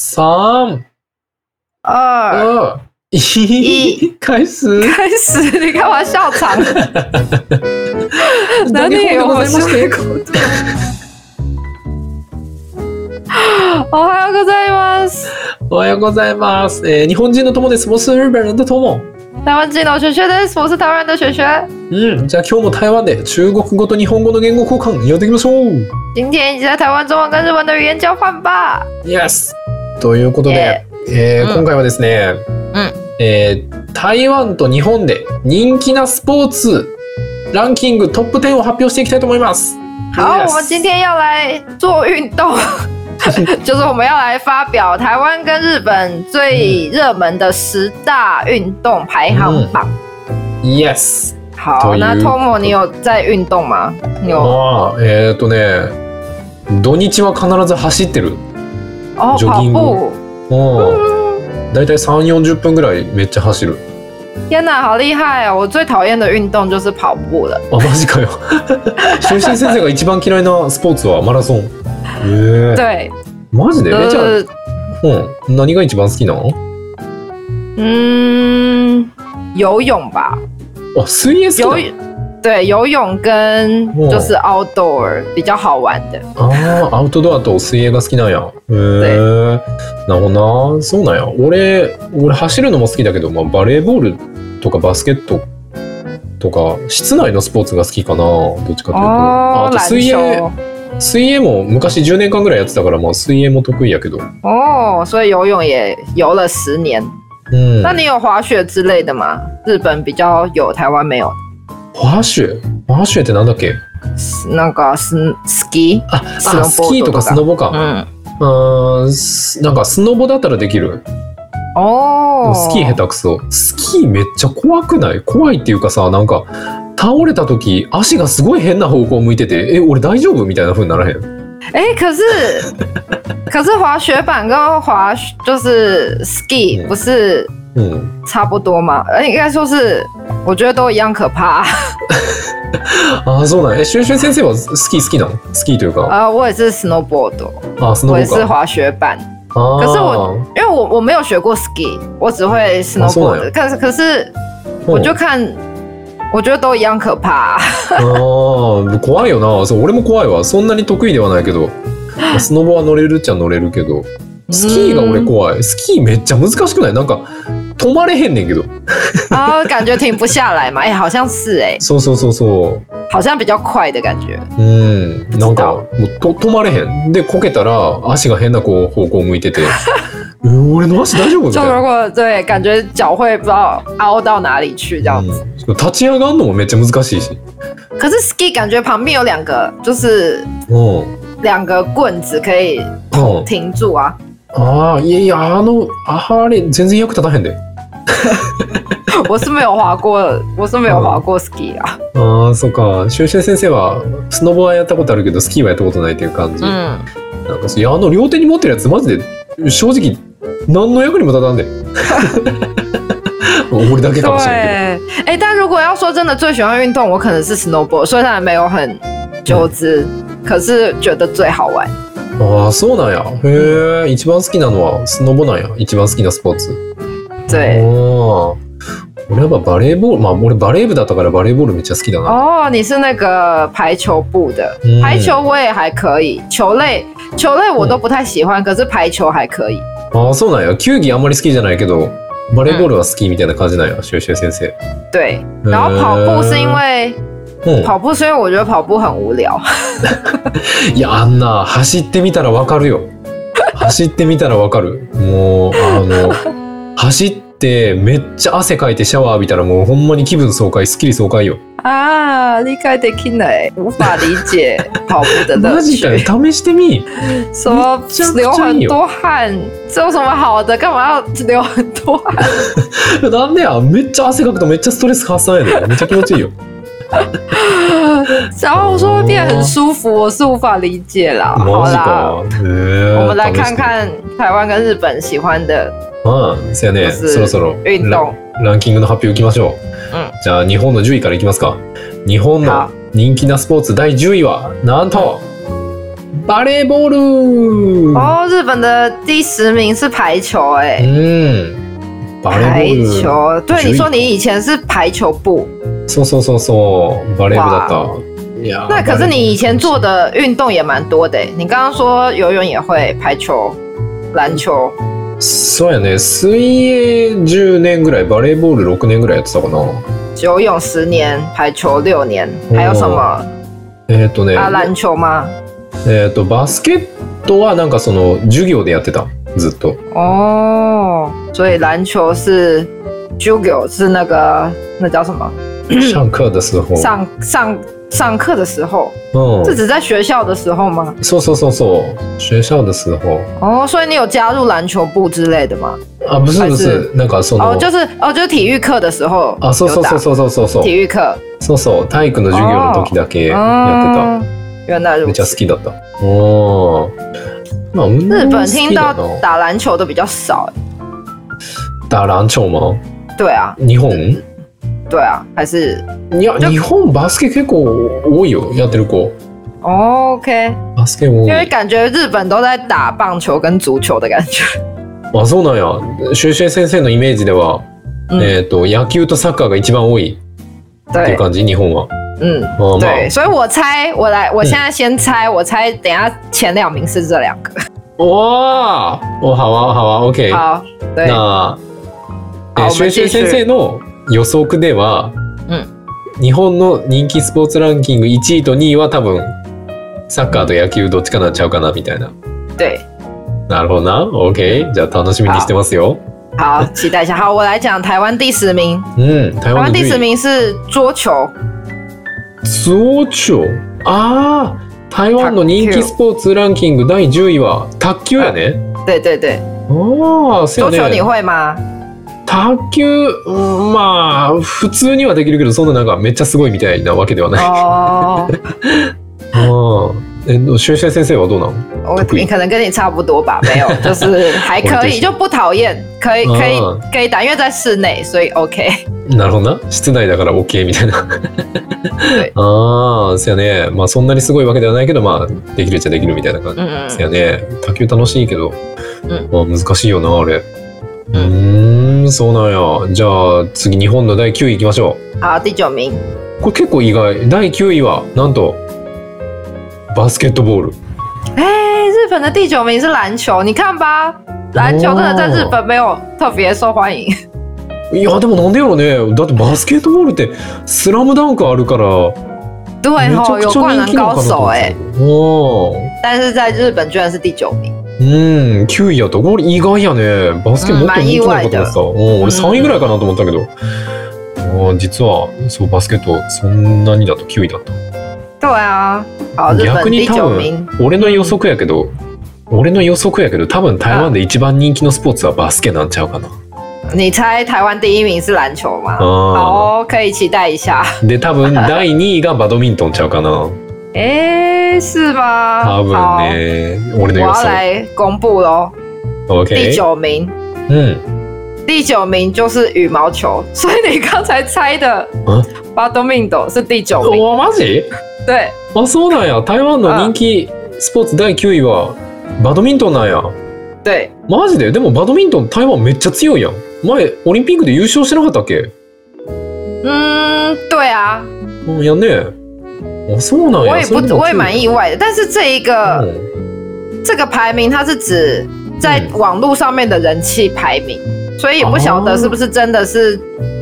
3、 2、 1，开始。 开始！你干嘛笑场？哪里有我笑？おはようございます。 おはようございます。日本人の友です。我是日本人的友。 台湾人の雪雪です。我是台湾的雪雪。 じゃあ今日も台湾で中国語と日本語の言語交換やっていきましょう。 今天一起在台湾中文跟日文的语言交换吧。 Yes。ということで、今回はですね、台湾と日本で人気なスポーツランキングトップ10を発表していきたいと思います。 好，我们今天要来做运动，就是我们要来发表台湾跟日本最热门的10大运动排行榜。 Yes。 好，那 Tomo 你有在运動吗？你有？ 土日は必ず走ってる。ジョギング。だいたい3、40分ぐらいめっちゃ走る。 天哪，好厉害哦！我最讨厌的运動就是跑步了。 あ、マジかよ。修身先生が一番嫌いなスポーツはマラソン。 对。 マジで？じゃあ、何が一番好きなの？ 游泳吧。 哦，水泳好き？ 对，游泳跟就是 outdoor 比较好玩的。 アウトドアと水泳が好きなんや。なるほどな。そうなんや。俺走るのも好きだけど、バレーボールとかバスケットとか室内のスポーツが好きかな。どっちかというと。あと水泳も昔10年間ぐらいやってたから、水泳も得意やけど。 所以游泳也游了10年。那你有滑雪之类的吗？日本比较有，台湾没有。 滑雪ってなんだっけ？ なんかスキー？ スキーとかスノボか。なんかスノボだったらできる。スキー下手くそ。スキーめっちゃ怖くない？怖いっていうかさ、なんか倒れた時足がすごい変な方向向いてて、俺大丈夫みたいな風にならへん？ 可是滑雪板跟就是 ski 不是差不多吗？应该说是，我觉得都一样可怕。 そうなん。シュンシュン先生はスキー好きなの？スキーというか。 我也是 snowboard。 我也是滑雪板。可是因为我没有学过 ski， 我只会 snowboard。可是我就看。我觉得都一样可怕。 怖いよな。そう、俺も怖いわ。そんなに得意ではないけど、スノボは乗れるっちゃ乗れるけど、スキーが俺怖い。スキーめっちゃ難しくない？なんか止まれへんねんけど。 感觉停不下来嘛。好像是そう。 好像比较快的感觉。 なんかもう止まれへん。でこけたら足が変な方向向いてて。俺の足大丈夫みたいな。 就如果对，感觉脚会不知道凹到哪里去这样子。 立ち上がるのもめっちゃ難しいし。 可是 ski 感觉旁边有两个，就是两个棍子可以停住啊。 いやあれ全然役立たへんで。 我是没有滑过 ski 啊。 そうか。修身先生はスノボはやったことあるけどスキーはやったことないっていう感じ。なんか両手に持ってるやつマジで正直何の役にも立たんで。俺だけかもしれないけど。但如果要说真的最喜欢运动，我可能是 snowboard， 虽然没有很久之，可是觉得最好玩。 そうなんや。へえ、一番好きなのはスノボなんや。一番好きなスポーツ。 对。 俺はバレーボール、俺バレー部だったからバレーボールめっちゃ好きだな。 你是那个排球部的。排球我也还可以，球类我都不太喜欢，可是排球还可以。 そうなんや。球技あんまり好きじゃないけど、バレーボールは好きみたいな感じなんや。修身先生。 对。然后跑步是因为我觉得跑步很无聊。 いや、あんな走ってみたらわかるよ。走ってみたらわかる。もう走ってめっちゃ汗かいてシャワー浴びたらもうほんまに気分爽快、スッキリ爽快よ。 理解できない。无法理解跑步的乐趣。 マジかよ。試してみ。 什么流很多汗，这有什么好的？干嘛要流很多汗？ なんでや。めっちゃ汗かくとめっちゃストレス発散やで。めっちゃ気持ちいいよ。 然后说会变很舒服，我是无法理解啦。好啦，我们来看看台湾跟日本喜欢的。 そうやね。そろそろランキングの発表いきましょう。じゃあ日本の10位からいきますか。日本の人気なスポーツ第10位はなんとバレーボール。 哦，日本的第10名是排球，哎， バレーボール。 排球，对，你说你以前是排球部， そうそうそうそう、バレー部だった。いや、 那可是你以前做的运动也蛮多的，你刚刚说游泳也会，排球、篮球。 そうやね。水泳10年ぐらい、バレーボール6年ぐらいやってたかな。 游泳10年，排球6年，还有什么？篮球吗？ バスケットはなんかその授業でやってた、ずっと。 哦，所以篮球是授業，是那叫什么？ 上課的時候。 上課的時候。是指在学校的時候嗎？ そうそうそうそう、學校的時候。 哦，所以你有加入籃球部之類的嗎？ 啊，不是不是，なんかその就是体育課的時候。 あ、そうそうそうそうそうそう。 体育課。 そうそう、体育の授業の時だけやってた。 原来如此。 めっちゃ好きだった。哦。まあ運動好きだな。 日本聽到打籃球的比較少。 打籃球嗎？ 對啊。 日本？ 對啊，還是いや、日本バスケ結構多いよ、やってる子。 OK。 バスケ多い。 因為感覺日本都在打棒球跟足球的感覺。 あ、そうなんや。シュウシュウ先生のイメージでは、野球とサッカーが一番多いっていう感じ、日本は。 對，所以我猜，我現在先猜，我猜等一下前2名是這2個。 哇，好啊好啊 ，OK。 好，對。 那シュウシュウ先生の予測では、日本の人気スポーツランキング1位と2位は多分サッカーと野球どっちかなっちゃうかなみたいな。 对。 なるほどな。OK。じゃあ楽しみにしてますよ。 好，期待一下。好，我来講台灣第10名。台灣第10名是桌球。 桌球。ああ、台湾の人気スポーツランキング第10位は卓球やね。 对对对。 ああ、そうやね。 桌球你会嗎？ 卓球、まあ普通にはできるけど、そんななんかめっちゃすごいみたいなわけではない。シュウシュウ先生はどうなの？ 你可能跟你差不多吧，没有，就是还可以，就不讨厭，可以打，因為在室內，所以 OK。 なるほどな。室内だから OK みたいな。ああ、そうやね。まあそんなにすごいわけではないけど、まあできるっちゃできるみたいな感じ。そうやね。卓球楽しいけど、まあ難しいよなあれ。そうなんや。じゃあ次日本の第9位いきましょう。好，第9名。 これ結構意外。第9位はなんとバスケットボール。 日本的第9名是籃球，你看吧，籃球真的在日本沒有特別受歡迎。 いやでもなんでやろね。だってバスケットボールってスラムダンクあるから。 對吼，有灌籃高手但是在日本居然是第9名。 9位やった。これ意外やね。バスケもっと人気なのかと思ってた。俺3位ぐらいかなと思ったけど。実はそうバスケットそんなにだと9位だった。 对啊。 逆に多分俺の予測やけど多分台湾で一番人気のスポーツはバスケなんちゃうかな。 你猜台湾第1名是籃球嗎？好，可以期待一下。 で多分第2位がバドミントンちゃうかな。 是嗎？ 多分ね。俺の予想。 我要來公布咯。 OK。 第9名。第9名就是羽毛球，所以你剛才猜的バドミントン是第9名。 マジ？ 對。 あ、そうなんや。台湾の人気スポーツ第9位はバドミントンなんや。 对。 マジで？でもバドミントン台湾めっちゃ強いやん。前オリンピックで優勝してなかったっけ？ 对啊。 やね。あ、そうなんや。 我也蛮意外的，但是这个排名它是指在網絡上面的人氣排名，所以也不曉得是不是真的是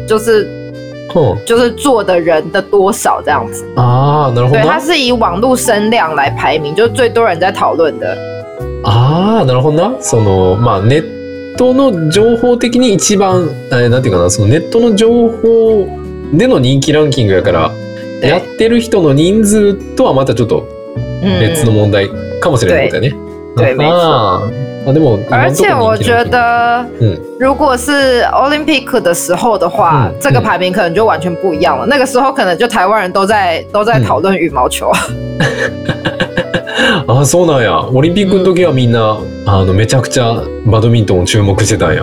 就是做的人的多少這樣子啊。なるほど。 對，它是以網絡聲量來排名，就是最多人在討論的。 ああ、なるほどな。そのまあネットの情報的に一番なんていうかな、そのネットの情報での人気ランキングやから、やってる人の人数とはまたちょっと別の問題かもしれないことだよね。 对，没错。而且我觉得，如果是 Olympic 的时候的话，这个排名可能就完全不一样了。那个时候可能就台湾人都在讨論羽毛球。 あ、そうなんや。オリンピックの時はみんなめちゃくちゃバドミントンを注目してたんや。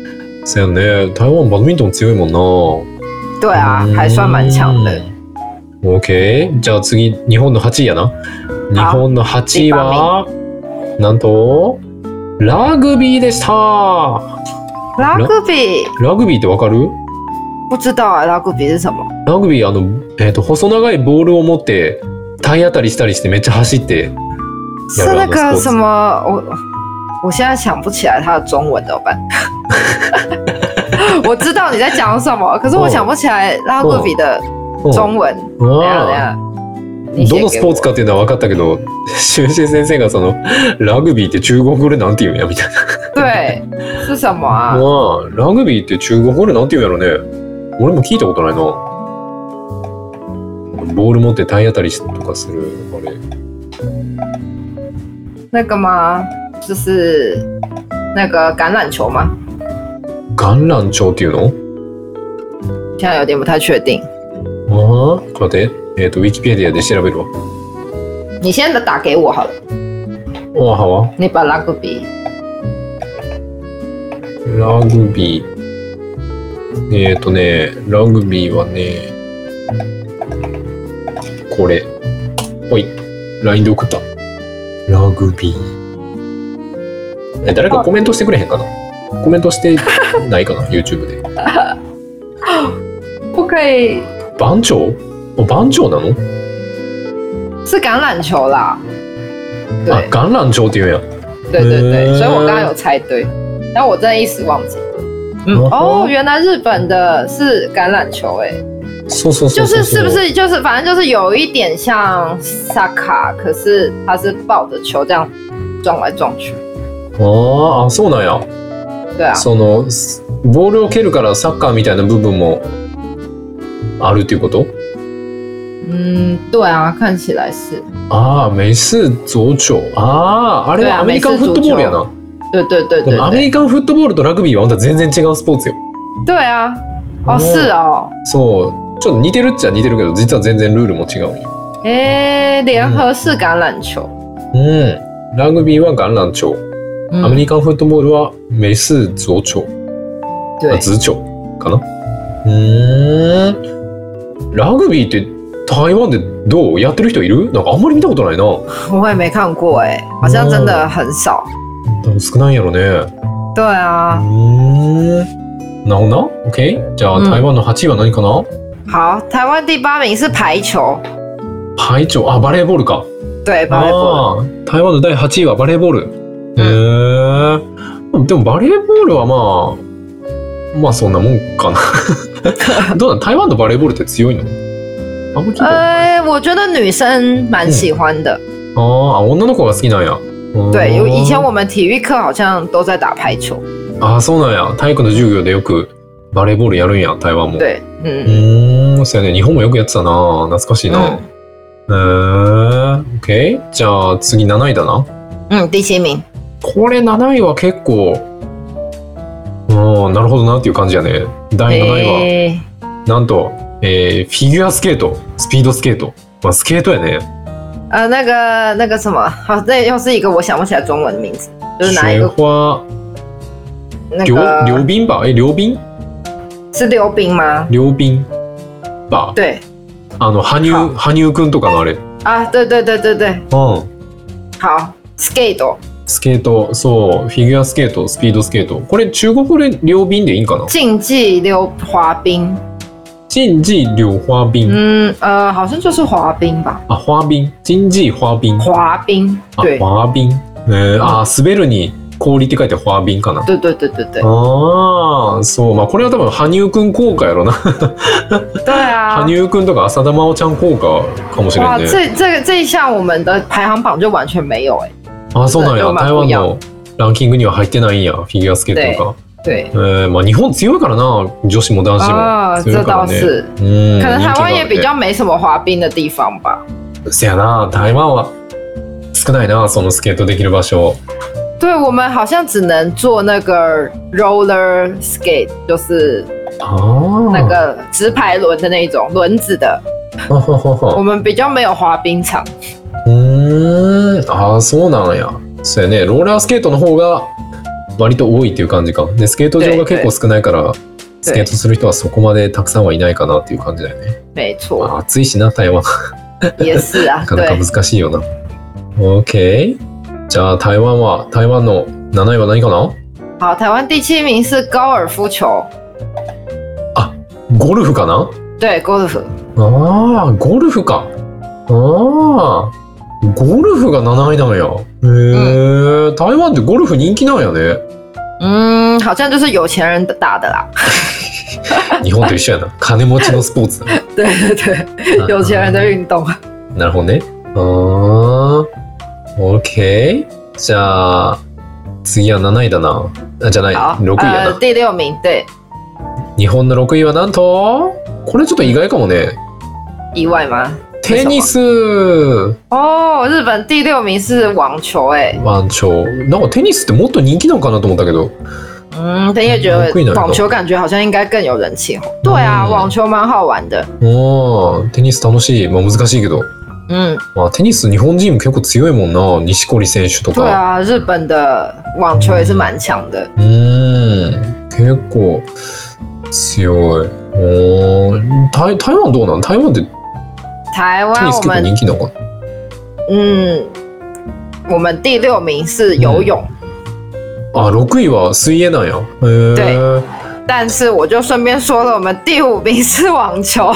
そうやね。台湾バドミントン強いもんな。 对啊，还算蛮强的。 OK。じゃあ次、日本の8位やな。日本の8位は、なんと、ラグビーでした。 ラグビー？ ラグビーってわかる？ 不知道啊，ラグビー是什么？ ラグビー、細長いボールを持って、体当たりしたりしてめっちゃ走ってやる是那个什么？我现在想不起来它的中文怎么办？我知道你在讲什么，可是我想不起来ラグビー的中文。等下。 どのスポーツかっていうのは分かったけど、修士先生がそのラグビーって中国語でなんて言うんやみたいな。 对，是什么啊？ ラグビーって中国語でなんて言うんやろね。俺も聞いたことないな。ボール持って体当たりとかするあれ。 那个吗？就是那个橄榄球吗？ 橄榄球っていうの？ 现在有点不太确定。 ちょっと待って。ウィキペディアで調べるわ。 你先打给我好了。 好啊。 你把ラグビー。 ラグビー。ラグビーはね、これ。おい、LINE で送った。ラグビー。誰かコメントしてくれへんかな？コメントしてないかなYouTube で。 不可以。 番長？番長なの？ 是橄榄球啦。 对。橄榄球って言うんや。 对对对，所以我刚刚有猜对，但我真的一时忘记。原来日本的是橄榄球就是是不是就是反正就是有一点像萨卡，可是它是抱着球这样撞来撞去。 そうなんや。 对啊。 そのボールを蹴るからサッカーみたいな部分もあるっていうこと？ 对啊，看起来是。 美式足球。あれはアメリカンフットボールやな。 对对对对。 アメリカンフットボールとラグビーはまた全然違うスポーツよ。 对啊。是哦。 そう、ちょっと似てるっちゃ似てるけど、実は全然ルールも違うよ。 联合式橄榄球。 ラグビーは橄榄球。アメリカンフットボールは美式足球。足球かな。ラグビーって台湾でどうやってる人いる？なんかあんまり見たことないな。 我也没看过好像真的很少。 少ないんやろね。 对啊。 なるほどな。OK。じゃあ台湾の8位は何かな？ 好，台湾第8名是排球。 排球、バレーボールか。 对，バレーボール。 台湾の第8位はバレーボール。でもバレーボールはまあそんなもんかな。どうだ、台湾のバレーボールって強いの？あんま聞いたことない。 我觉得女生蛮喜欢的。 女の子が好きなんや。 对，以前我们体育课好像都在打排球。 そうなんや。体育の授業でよくバレーボールやるんや、台湾も。 对。 そうやね。日本もよくやってたな。懐かしいな。OK。じゃあ次7位だな。 第7名。 これ7位は結構、なるほどなっていう感じやね。第7位は、なんと、フィギュアスケート、スピードスケート。スケートやね。 那个什么，好，这又是一个我想不起来中文的名字，就是哪一个？ 溜冰吧？溜冰？ 是溜冰吗？ 溜冰吧？ 对。 羽生くんとかのあれ。 对对对对对。好。スケート、そう、フィギュアスケート、スピードスケート。これ中国語で溜冰でいいんかな？竞技溜滑冰。 竞技溜滑冰。 好像就是滑冰吧。 滑冰，竞技滑冰。 滑冰，对。 滑冰。滑るに氷って書いて滑冰かな。 对对对对对。 そう、これは多分羽生くん効果やろな。 对啊。 羽生くんとか浅田真央ちゃん効果かもしれないね。 这一项我们的排行榜就完全没有そうなんや。台湾のランキングには入ってないんや、フィギュアスケートとか。 对。 日本強いからな、女子も男子も強いからね。 这倒是。可能台湾也比较没什么滑冰的地方吧。 せやな、台湾は少ないな、そのスケートできる場所。 对，我们好像只能做那个 roller skate，就是那个直排轮的那种轮子的。我们比较没有滑冰场。 そうなんや。そうやね。ローラースケートの方が割と多いっていう感じか。で、スケート場が結構少ないから、 スケートする人はそこまでたくさんはいないかなっていう感じだよね。 没错。 暑いしな、台湾。 也是啊。 なかなか難しいよな。OK。じゃあ台湾の7位は何かな？ 好，台湾第7名是高尔夫球。 あ、ゴルフかな？ 对，ゴルフ。 ああ、ゴルフか。ああ、ゴルフが7位なんや。へえ、台湾ってゴルフ人気なんやね。 好像就是有钱人打的啦。 日本と一緒やな。金持ちのスポーツだ。 对对对，有钱人的运动。 なるほどね。OK。じゃあ次は7位だな。あ、じゃない、6位やな。 第6名、对。 日本の6位はなんと、これちょっと意外かもね。 意外吗？ テニス。 哦，日本第6名是网球哎。 網球。なんかテニスってもっと人気なのかなと思ったけど。 但也觉得网球感觉好像应该更有人气。对啊，網球蛮好玩的。 テニス楽しい。まあ難しいけど。まあテニス日本人結構強いもんな。錦織選手とか。 对啊，日本的網球也是蛮強的。 結構強い。台湾どうなん？台湾って台湾テニス結構人気なのか？ 我们第6名是游泳。 あ、6位は水泳なんや。 对。但是我就顺便说了，我们第5名是網球。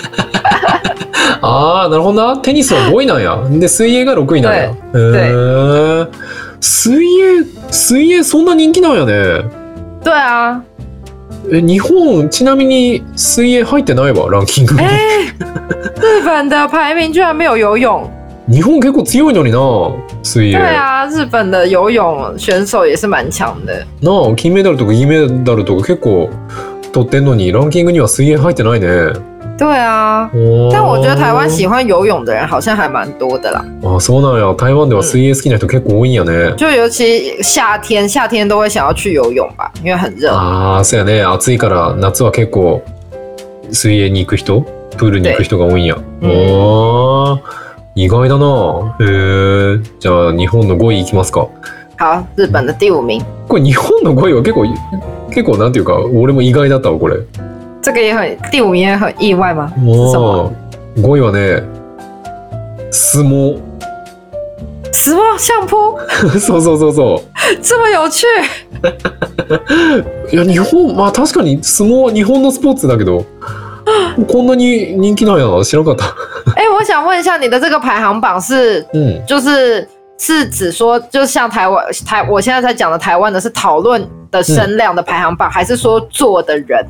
ああ、なるほどな。テニスは5位なんや。で、水泳が6位なんや。水泳そんな人気なんやね。 对啊。 日本ちなみに水泳入ってないわ、ランキングに。 日本的排名居然没有游泳。 日本結構強いのにな、水泳。 对啊，日本的游泳選手也是蛮強的。 なあ、金メダルとか銀メダルとか結構取ってんのにランキングには水泳入ってないね。 对啊，但我觉得台湾喜欢游泳的人好像还蛮多的啦。 あ、そうなんや。台湾では水泳好きな人結構多いんやね。 就尤其夏天都会想要去游泳吧，因为很热。 ああ、そうやね。暑いから夏は結構水泳に行く人、プールに行く人が多いんや。意外だな。じゃあ日本の5位いきますか。 好，日本的第5名。 これ日本の5位は結構なんていうか、俺も意外だったわこれ。 这个也很第5名也很意外吗？是什么 ？5位はね、相撲。 相撲相撲？ そう这么有趣。 いや日本、まあ確かに相撲は日本のスポーツだけど、こんなに人気なんやな、知らなかった。 我想问一下，你的这个排行榜是，是指说，就像我现在在讲的台湾的是讨论的声量的排行榜，还是说做的人？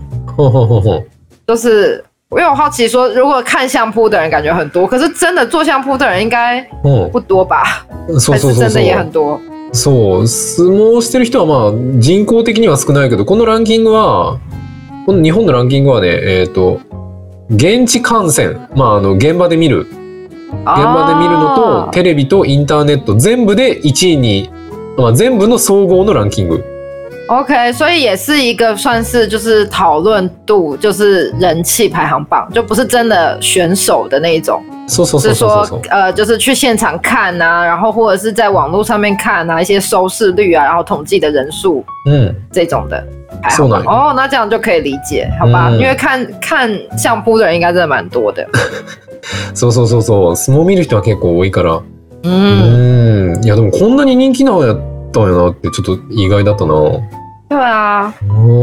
就是因为我好奇说，如果看相扑的人感觉很多，可是真的做相扑的人应该不多吧？还是真的也很多？ そう、相撲してる人はまあ人口的には少ないけど、このランキングは、この日本のランキングはね、現地観戦、まあ現場で見るのとテレビとインターネット全部で1位に、まあ全部の総合のランキング。 OK， 所以也是一个算是就是讨论度，就是人气排行榜，就不是真的选手的那一种。 是说就是去现场看啊，然后或者是在网络上面看啊，一些收视率啊，然后统计的人数，这种的排行榜。哦，那这样就可以理解，好吧？因为看相扑的人应该真的蛮多的。 そう、相撲見る人は結構多いから。いやでもこんなに人気なんやったんやなってちょっと意外だったな。 对啊。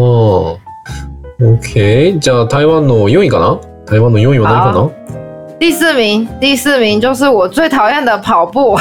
OK， じゃあ台湾の4位かな？台湾の4位は何かな？ 第4名就是我最讨厌的跑步。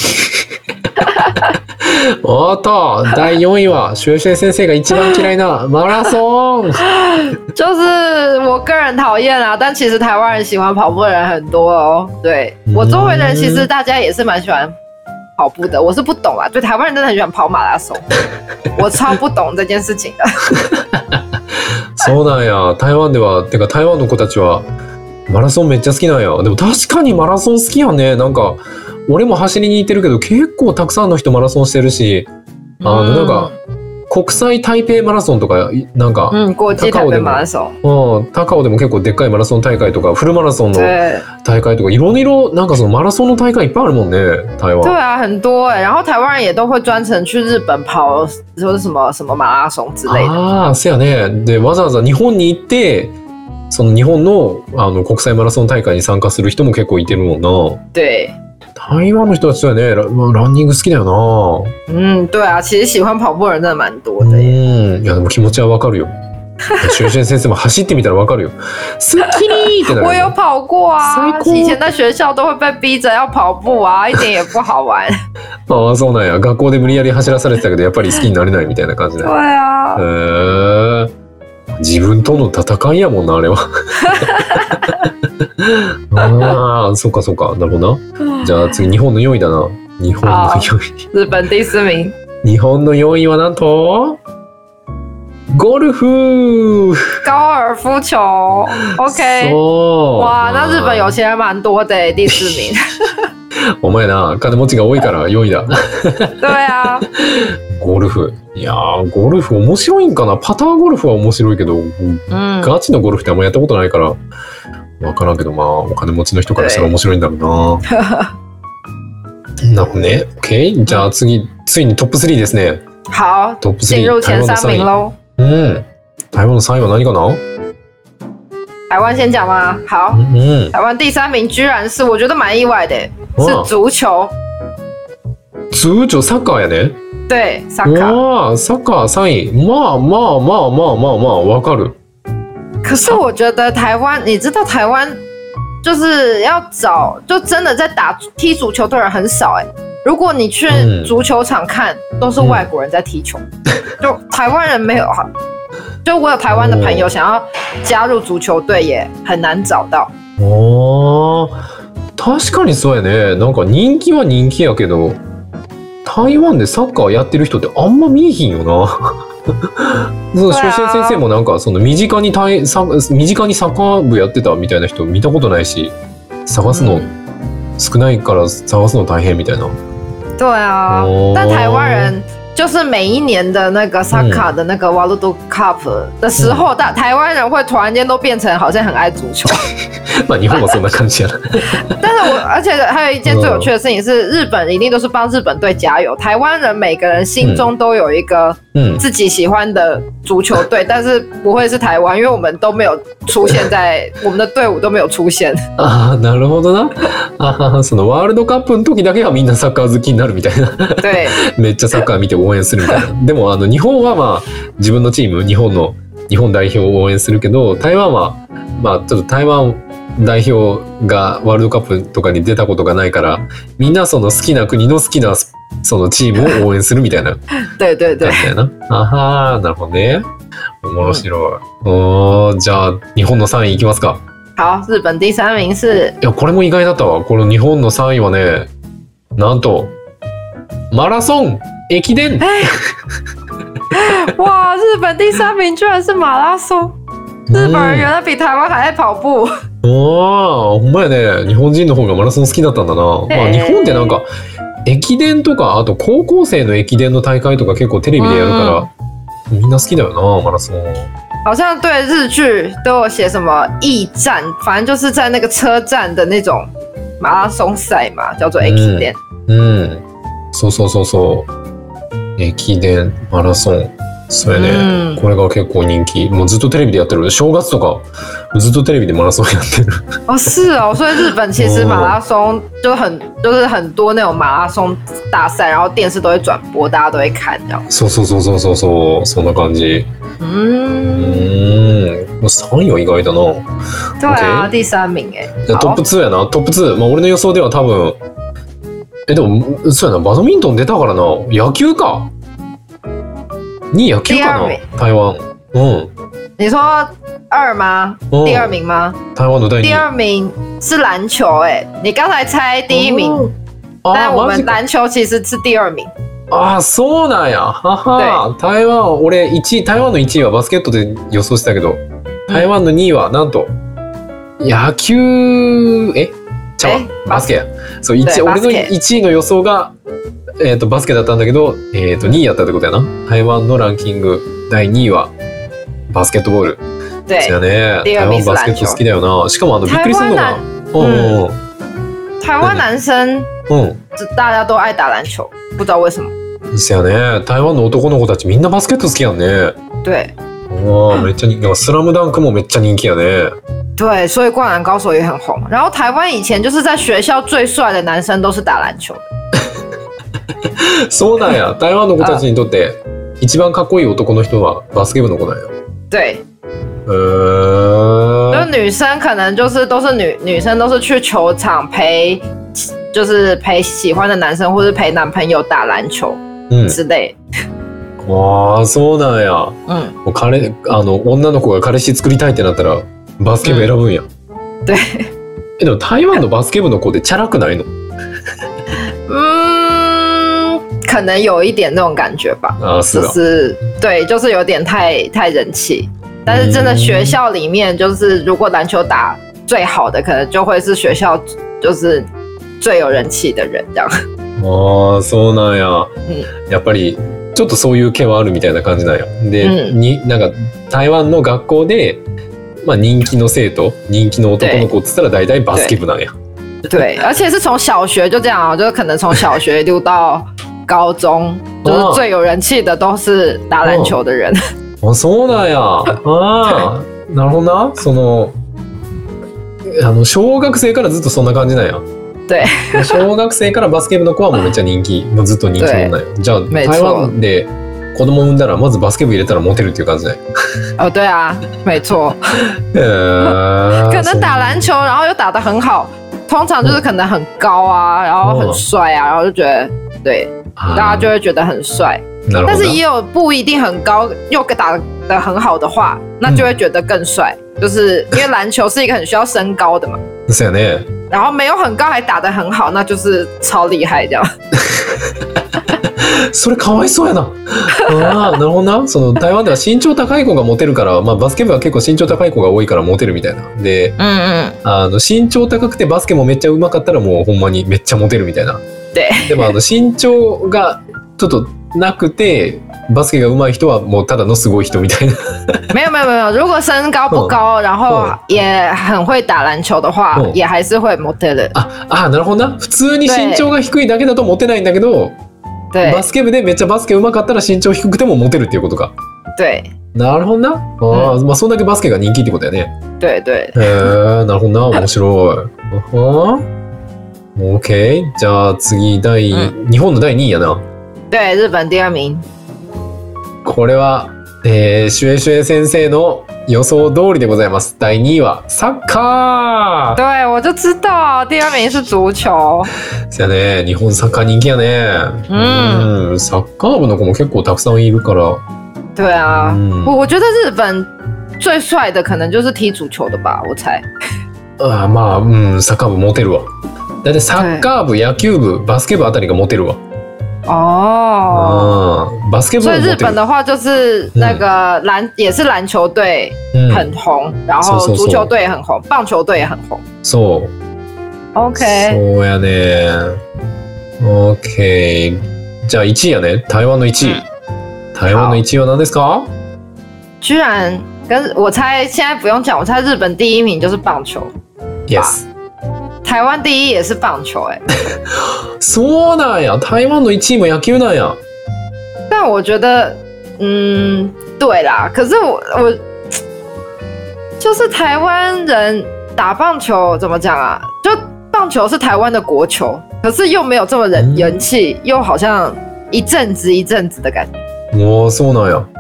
おっと、第4位はシュエシュエ先生が一番嫌いな马拉松。 就是我个人讨厌啊，但其实台湾人喜欢跑步的人很多哦。对，我周围的人其实大家也是蛮喜欢跑步的，我是不懂啊。对，台湾人真的很喜欢跑马拉松，我超不懂这件事情的。 そうなんや。台湾では、てか台湾の子たちはマラソンめっちゃ好きなんや。でも確かにマラソン好きやね。なんか俺も走りに行ってるけど結構たくさんの人マラソンしてるし、なんか国際台北マラソンとかなんか、 国際台北マラソン。 高尾でも結構でっかいマラソン大会とかフルマラソンの大会とかいろいろなんかそのマラソンの大会いっぱいあるもんね，台湾。 对啊，很多然后台湾人也都会专程去日本跑，就是什么什么马拉松之类的。 ああ、そうやね。でわざわざ日本に行って。その日本の国際マラソン大会に参加する人も結構いてるもんな。 对。 台湾の人たちはね、ランニング好きだよな。对啊，其实喜欢跑步的人真的蛮多的。 いやでも気持ちはわかるよ。修先生も走ってみたらわかるよ。スッキリってなる。 我有跑过啊，以前在学校都会被逼着要跑步啊，一点也不好玩。 ああ、そうなんや。学校で無理やり走らされてたけどやっぱり好きになれないみたいな感じだ。 对啊。 自分との戦いやもんなあれは。ああ、そうかそうか。なるほどな。じゃあ次日本の4位だな。日本の4位。 日本第4名。 日本の4位はなんとゴルフ。 高尔夫球。OK。哇，那日本有钱人蛮多的第4名。 お前な、金持ちが多いから4位だ。 对啊。 ゴルフ。いやー、ゴルフ面白いんかな。パターゴルフは面白いけど、ガチのゴルフってあんまやったことないから分からんけど、まあお金持ちの人からしたら面白いんだろうな。なるほどね。OK。じゃあ次、ついにトップ3ですね。 好。 トップ3。 進入前3名喽。 台湾の3位は何かな？ 台湾先讲吗？好。台湾第3名居然是我觉得蛮意外的，是足球。 足球サッカーやね。 对，サッカー。 サッカー3位。まあわかる。 可是我觉得台湾，你知道台湾就是要找，就真的在踢足球的人很少如果你去足球场看，都是外国人在踢球，就台湾人没有。就我有台湾的朋友想要加入足球队，也很難找到。 確かにそうやね。なんか人気は人気やけど。台湾でサッカーやってる人ってあんま見えひんよな。そう、修正先生もなんかその身近にサッカー部やってたみたいな人見たことないし、探すの少ないから探すの大変みたいな。 对啊，但台湾人就是每一年的那个サッカー的那个 World Cup 的时候，台湾人会突然间都变成好像很爱足球。 まあ日本もそんな感じやな。 但是而且还有一件最有趣的事情是，日本一定都是帮日本队加油。台湾人每个人心中都有一个自己喜欢的足球队，但是不会是台湾，因为我们都没有出现在我们的队伍都没有出现。 ああ、なるほどな。そのワールドカップの時だけはみんなサッカー好きになるみたいな。 对。 めっちゃサッカー見て応援するみたいな。でも日本はまあ自分のチーム、日本代表を応援するけど、台湾はまあちょっと台湾代表がワールドカップとかに出たことがないから、みんなその好きな国の好きなそのチームを応援するみたいな对对对。 感じだな。あはー、なるほどね。面白い。じゃあ日本の3位いきますか。 好、日本第3名是。 いや、これも意外だったわ。この日本の3位はね、なんとマラソン駅伝。 哇，日本第3名居然是马拉松。日本人原来比台湾还爱跑步。 ほんまやね。日本人の方がマラソン好きだったんだな。まあ日本ってなんか駅伝とか、あと高校生の駅伝の大会とか結構テレビでやるから、みんな好きだよな、マラソン。 好像对日剧都有写什么驿站，反正就是在那个车站的那种马拉松赛嘛，叫做駅伝。 そうそうそうそう。駅伝、マラソン。そうやね、これが結構人気。もうずっとテレビでやってる。正月とかずっとテレビでマラソンやってる。 是哦，所以日本其实马拉松就是很多那种马拉松大赛，然后电视都会转播，大家都会看这样。 そうそうそうそうそう、そんな感じ。3位は意外だな。 对啊、第3名トップ2やな。トップ2。まあ俺の予想では多分。でもそうやな。バドミントン出たからな。野球か。你野球かな？台湾。 你说2吗？第2名吗？ 台湾的第2名是篮球你刚才猜第1名，但我们篮球其实是第2名。 あ、そうなんや。はは。台湾、俺台湾の1位はバスケットで予想してたけど、台湾の2位はなんと野球バスケや。そう、俺の1位の予想が、バスケだったんだけど、2位やったってことやな。台湾のランキング第2位はバスケットボール。 对， そうやね。台湾バスケット好きだよな。しかもびっくりするのが、 台湾男生，大家都愛打籃球，不知道為什麼。 そうやね。台湾の男の子たちみんなバスケット好きやんね。 对。 めっちゃ人気。スラムダンクもめっちゃ人気やね。 对，所以灌篮高手也很红。然后台湾以前就是在学校最帅的男生都是打篮球的。 そうなんや。台湾の子たちにとって一番かっこいい男の人はバスケ部の子なんや。 对。就女生可能就是都是女生都是去球场陪，就是陪喜欢的男生或是陪男朋友打篮球之类。 ああ、そうなんや。女の子が彼氏作りたいってなったらバスケ部選ぶんや。 对。 でも台湾のバスケ部の子でチャラくないの？ 可能有一点那种感觉吧。就是对，就是有点太人气。但是真的学校里面，就是如果篮球打最好的，可能就会是学校就是最有人气的人这样。 ああ、そうなんや。やっぱりちょっとそういう気はあるみたいな感じなんや。で、なんか台湾の学校で、まあ人気の生徒、人気の男の子って言ったら大体バスケ部なんや。 对，而且是从小学就这样，就是可能从小学溜到高中，就是最有人气的都是打篮球的人。 あ、そうなんや。ああ、なるほどな。小学生からずっとそんな感じなんや。 对。 小学生からバスケ部の子はもうめっちゃ人気、もうずっと人気者なんや。じゃあ台湾で子供産んだらまずバスケ部入れたらモテるっていう感じだよ。 哦，对啊，没错。可能打篮球，然后又打得很好，通常就是可能很高啊，然后很帅啊，然后就觉得对，大家就会觉得很帅。但是也有不一定很高又打得很好的话，那就会觉得更帅，就是因为篮球是一个很需要身高的嘛。 是呀ね。 然后没有很高还打得很好，那就是超厉害这样。 それかわいそうやな。ああ、なるほどな。台湾では身長高い子がモテるから、まあバスケ部は結構身長高い子が多いからモテるみたいな。で、身長高くてバスケもめっちゃ上手かったらもうほんまにめっちゃモテるみたいな。でも身長がちょっとなくてバスケが上手い人はもうただのすごい人みたいな。 没有，如果身高不高，然后也很会打篮球的话，也还是会モテる。 なるほどな。普通に身長が低いだけだとモテないんだけど、バスケ部でめっちゃバスケ上手かったら身長低くてもモテるっていうことか。 对。 なるほどな。まあそんだけバスケが人気ってことやね。 对对。 なるほどな。面白い。OK。じゃあ次日本の第2位やな。 对，日本第2名。 これは、シュエシュエ先生の予想通りでございます。第2位はサッカー。 对，我就知道第2名是足球。 そうやね。日本サッカー人気やね。サッカー部の子も結構たくさんいるから。 对啊，我觉得日本最帅的可能就是踢足球的吧，我猜。 まあ、サッカー部モテるわ。だってサッカー部、野球部、バスケ部あたりがモテるわ。バスケ部所以日本的话就是那个也是篮球队很红，然后足球队也很红，棒球队也很红。 そう。 OK。 そうやね。OK。じゃあ1位やね。台湾の1位。台湾の1位は何ですか？ 居然我猜现在不用讲，我猜日本第1名就是棒球。 Yes。 台湾第1也是棒球そうなんや。台湾の1位も野球なんや。 但我觉得，对啦。可是我就是台湾人打棒球怎么讲啊？就棒球是台湾的国球，可是又没有这么人气，又好像一阵子的感觉。 そうなんや。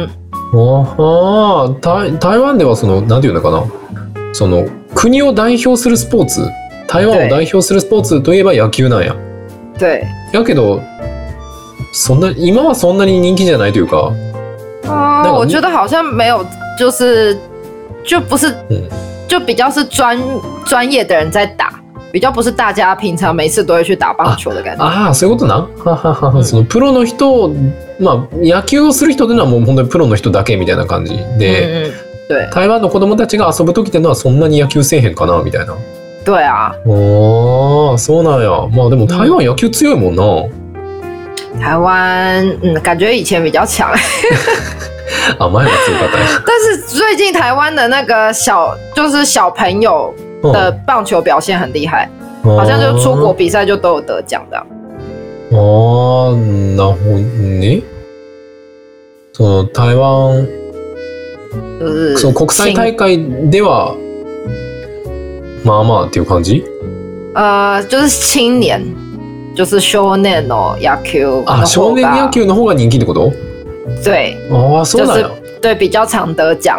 台湾ではなんていうのかな。国を代表するスポーツ。台湾を代表するスポーツといえば野球なんや。 对。 やけど今はそんなに人気じゃないというか。 我觉得好像没有，就不是，就比较是专业的人在打，比较不是大家平常每次都会去打棒球的感觉。 そういうことな。プロの人、まあ野球をする人っていうのはもう本当にプロの人だけみたいな感じで、台湾の子供たちが遊ぶ時っていうのはそんなに野球せえへんかなみたいな。 对啊。 哦，そうなんや。まあでも台湾野球強いもんな。 台湾，感觉以前比较强。 あ、前は強かった呀。 但是最近台湾的那个就是小朋友的棒球表现很厉害，好像就出国比赛就都有得奖的。 ああ、なるほどね。その台湾、その国際大会ではまあまあっていう感じ？ 就是青年，就是少年の野球。 あ、少年野球の方が人気ってこと？ 对。 ああ、そうなんや。 对，比较常得奖。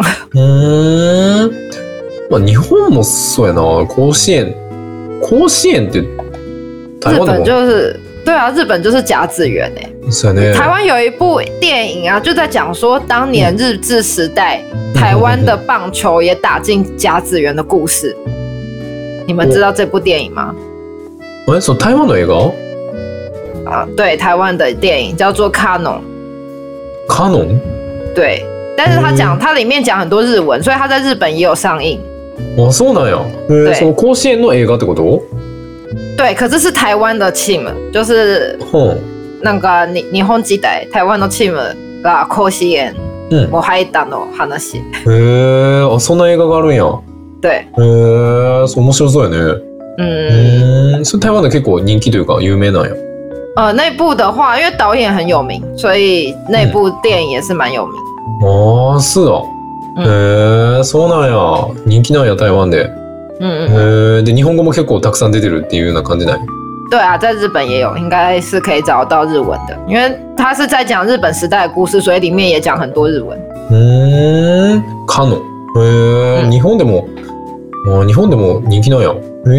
まあ日本もそうやな。甲子園って台湾的吗？ 日本就是对啊，日本就是甲子园是啊呢。 台湾有一部电影啊，就在讲说当年日治时代，台湾的棒球也打进甲子园的故事。你们知道这部电影吗？ そう台湾の映画？ 对，台湾的电影叫做《卡农》。 卡农？ 对，但是它里面讲很多日文，所以它在日本也有上映。 あ、そうなんや。その甲子園の映画ってこと？ 对，可是是台湾的 team，就是那个日本時代台湾のチームが甲子園も入ったの話。 あ、そんな映画があるんや。 对。 そう面白そうやね。それ台湾で結構人気というか有名なんや。 那部的话，因为导演很有名，所以那部电影也是蛮有名。 ああ、そうだ。そうなんや。人気なんや台湾で。で日本語も結構たくさん出てるっていうような感じない？ 对啊，在日本也有，应该是可以找到日文的，因为它是在讲日本时代的故事，所以里面也讲很多日文。 カノ。日本でも人気なんや。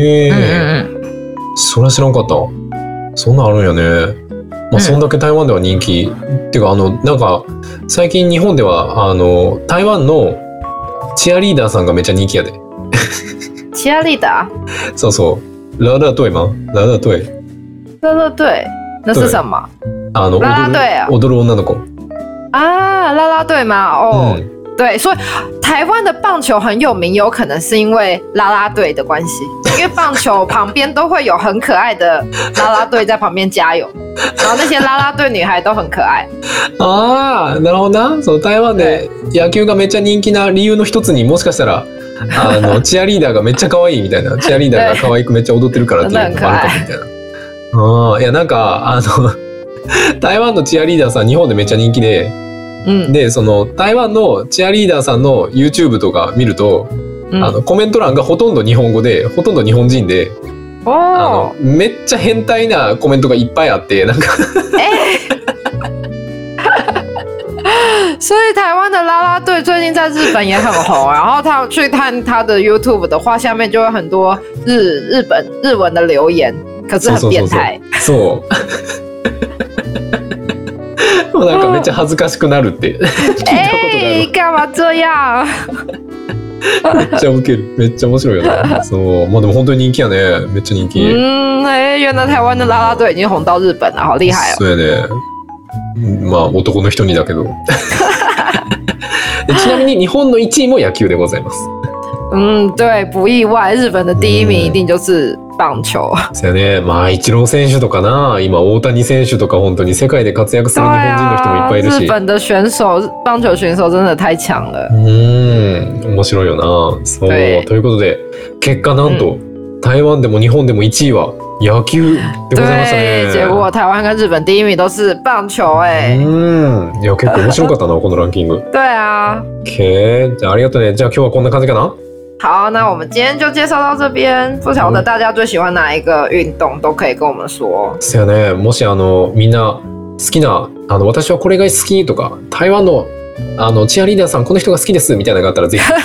それは知らんかった。そんなんあるんやね。まあそんだけ台湾では人気。っていうかなんか最近日本では台湾のチアリーダーさんがめっちゃ人気やで。 チアリーダー？そうそう。ララ队吗？ララ队。 ララ队，那是什么？ ララ队啊。踊る女の子。 啊，啦啦队吗？哦。对，所以台湾的棒球很有名，有可能是因为啦啦队的关系，因为棒球旁边都会有很可爱的啦啦队在旁边加油，然后那些啦啦队女孩都很可愛。 ああ、なるほどな。そう台湾で野球がめっちゃ人気な理由の一つにもしかしたらチアリーダーがめっちゃ可愛いみたいな、チアリーダーが可愛くめっちゃ踊ってるからっていうのもあるかもみたいな。いやなんか台湾のチアリーダーさん日本でめっちゃ人気で。でその台湾のチアリーダーさんの YouTube とか見ると、コメント欄がほとんど日本語でほとんど日本人で、めっちゃ変態なコメントがいっぱいあってなんか所以台湾的啦啦队最近在日本也很红，然后他去看他的 YouTube 的话，下面就会很多日文的留言，可是很变態。 そう。なんかめっちゃ恥ずかしくなるって聞いたことがある。 干嘛这样？ めっちゃウケる。めっちゃ面白いよね。そう、まあでも本当に人気やね。めっちゃ人気。 原来台湾的啦啦队已经红到日本了，好厉害哦。 そうやね。まあ男の人にだけど。ちなみに日本の1位も野球でございます。 对，不意外，日本的第一名一定就是棒球。 そうやね。まあイチロー選手とかな、今大谷選手とか本当に世界で活躍する日本人の人もいっぱいいるし。 日本的棒球选手真的太强了。 面白いよな。そうということで結果なんと台湾でも日本でも1位は野球でございましたね。 結果台湾跟日本第一名都是棒球いや結構面白かったなこのランキング。 对啊。 OK， じゃあありがとうね。じゃあ今日はこんな感じかな。 好，那我们今天就介绍到这边。不晓得大家最喜欢哪一个运动，都可以跟我们说。 そうやね。もしみんな好きな私はこれが好きとか台湾のチアリーダーさんこの人が好きですみたいなのがあったらぜひ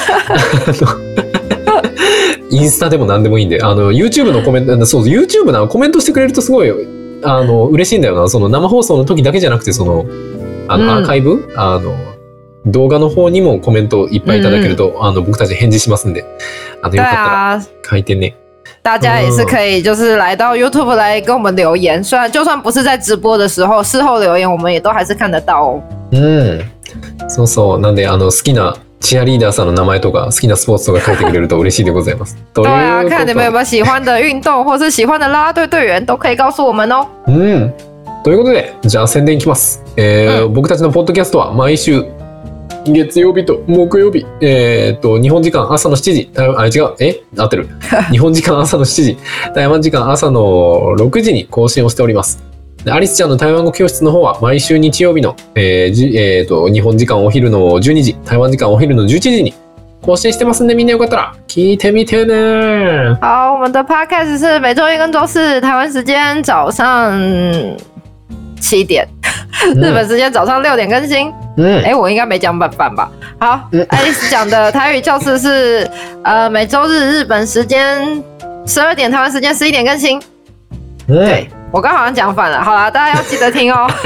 インスタでも何でもいいんでYouTube のコメントそう YouTube のコメントしてくれるとすごい嬉しいんだよな。その生放送の時だけじゃなくてそのアーカイブ動画の方にもコメントいっぱいいただけると、僕たち返事しますんで、よかったら書いてね。 大家也是可以，就是来到 YouTube 来跟我们留言，虽然就算不是在直播的时候，事后留言我们也都还是看得到哦。 そうそう。なんで好きなチアリーダーさんの名前とか好きなスポーツとか書いてくれると嬉しいでございます。 对啊，看你们有没有喜欢的运动，或是喜欢的啦啦队队员，都可以告诉我们哦。 ということで、じゃあ宣伝いきます。僕たちのポッドキャストは毎週月曜日と木曜日、日本時間朝の7時、合ってる。日本時間朝の7時、台湾時間朝の6時に更新をしております。でアリスちゃんの台湾語教室の方は毎週日曜日の、日本時間お昼の12時、台湾時間お昼の11時に更新してますんで、みんなよかったら聞いてみてね。 好，我们的 podcast 是每周一跟周四台湾时间早上7点，日本时间早上6点更新。我应该没讲反吧？好，爱丽丝讲的台语教室是每周日日本时间12点，台湾时间11点更新。对，我刚好像讲反了。好啦，大家要记得听哦。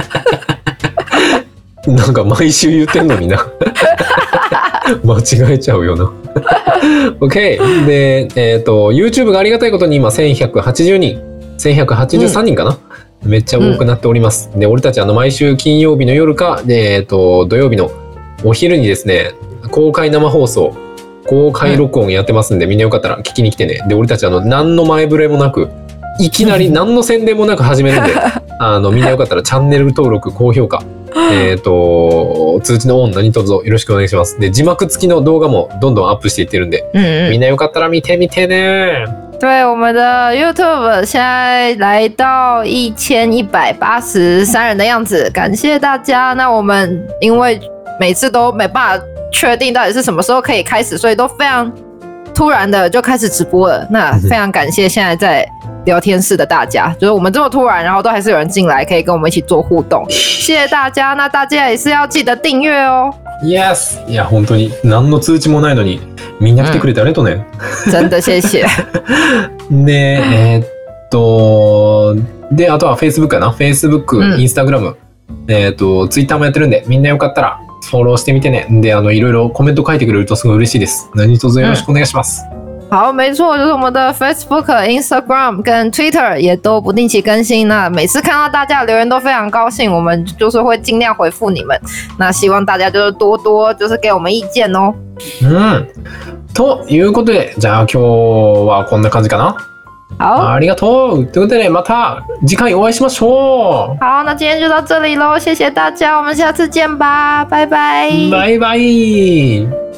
なんか毎週言ってんのにな。間違えちゃうよな。OK。で、YouTube がありがたいことに今1180人、1183人かな。めっちゃ多くなっております。で、俺たち毎週金曜日の夜か、土曜日のお昼にですね、公開生放送、公開録音やってますんで、みんなよかったら聞きに来てね。で、俺たち何の前触れもなく、いきなり何の宣伝もなく始めるんで、みんなよかったらチャンネル登録、高評価、通知のオン何卒よろしくお願いします。で、字幕付きの動画もどんどんアップしていってるんで、みんなよかったら見てみてね。 对，我们的 YouTube 现在来到1183人的样子，感谢大家。那我们因为每次都没办法确定到底是什么时候可以开始，所以都非常突然的就开始直播了。那非常感谢现在在聊天室的大家，就是我们这么突然，然后都还是有人进来，可以跟我们一起做互动，谢谢大家。那大家也是要记得订阅哦。 Yes！ いや本当に何の通知もないのにみんな来てくれてありがとうね。 真的谢谢。 で、であとは Facebook かな、Facebook、Instagram、Twitter もやってるんで、みんなよかったらフォローしてみてね。で、いろいろコメント書いてくれるとすごい嬉しいです。何卒よろしくお願いします。 好，没错，就是我们的 Facebook、Instagram 跟 Twitter 也都不定期更新。那每次看到大家的留言都非常高兴，我们就是会尽量回复你们。那希望大家就是多多就是给我们意见哦。 ということで、じゃあ今日はこんな感じかな。 好， ありがとう。ということで、また次回お会いしましょう。 好，那今天就到这里咯，谢谢大家，我们下次见吧，拜拜。 バイバイ。